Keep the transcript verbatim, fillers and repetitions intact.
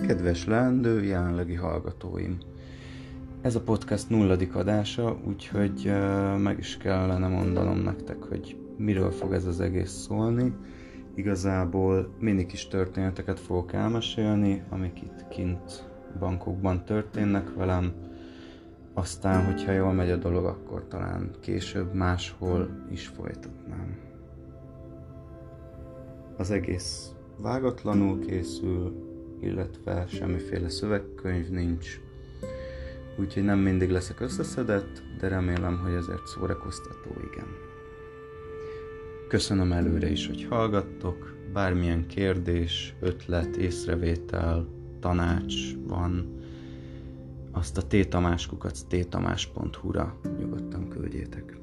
Kedves leendő jelenlegi hallgatóim! Ez a podcast nulladik adása, úgyhogy uh, meg is kellene mondanom nektek, hogy miről fog ez az egész szólni. Igazából mini kis történeteket fogok elmesélni, amik itt kint Bangkokban történnek velem. Aztán, hogyha jól megy a dolog, akkor talán később máshol is folytatnám. Az egész vágatlanul készül, illetve semmiféle szövegkönyv nincs, úgyhogy nem mindig leszek összeszedett, de remélem, hogy ezért szórakoztató, igen. Köszönöm előre is, hogy hallgattok, bármilyen kérdés, ötlet, észrevétel, tanács van, azt a tétamáskukac tétamás pont hu-ra nyugodtan küldjétek.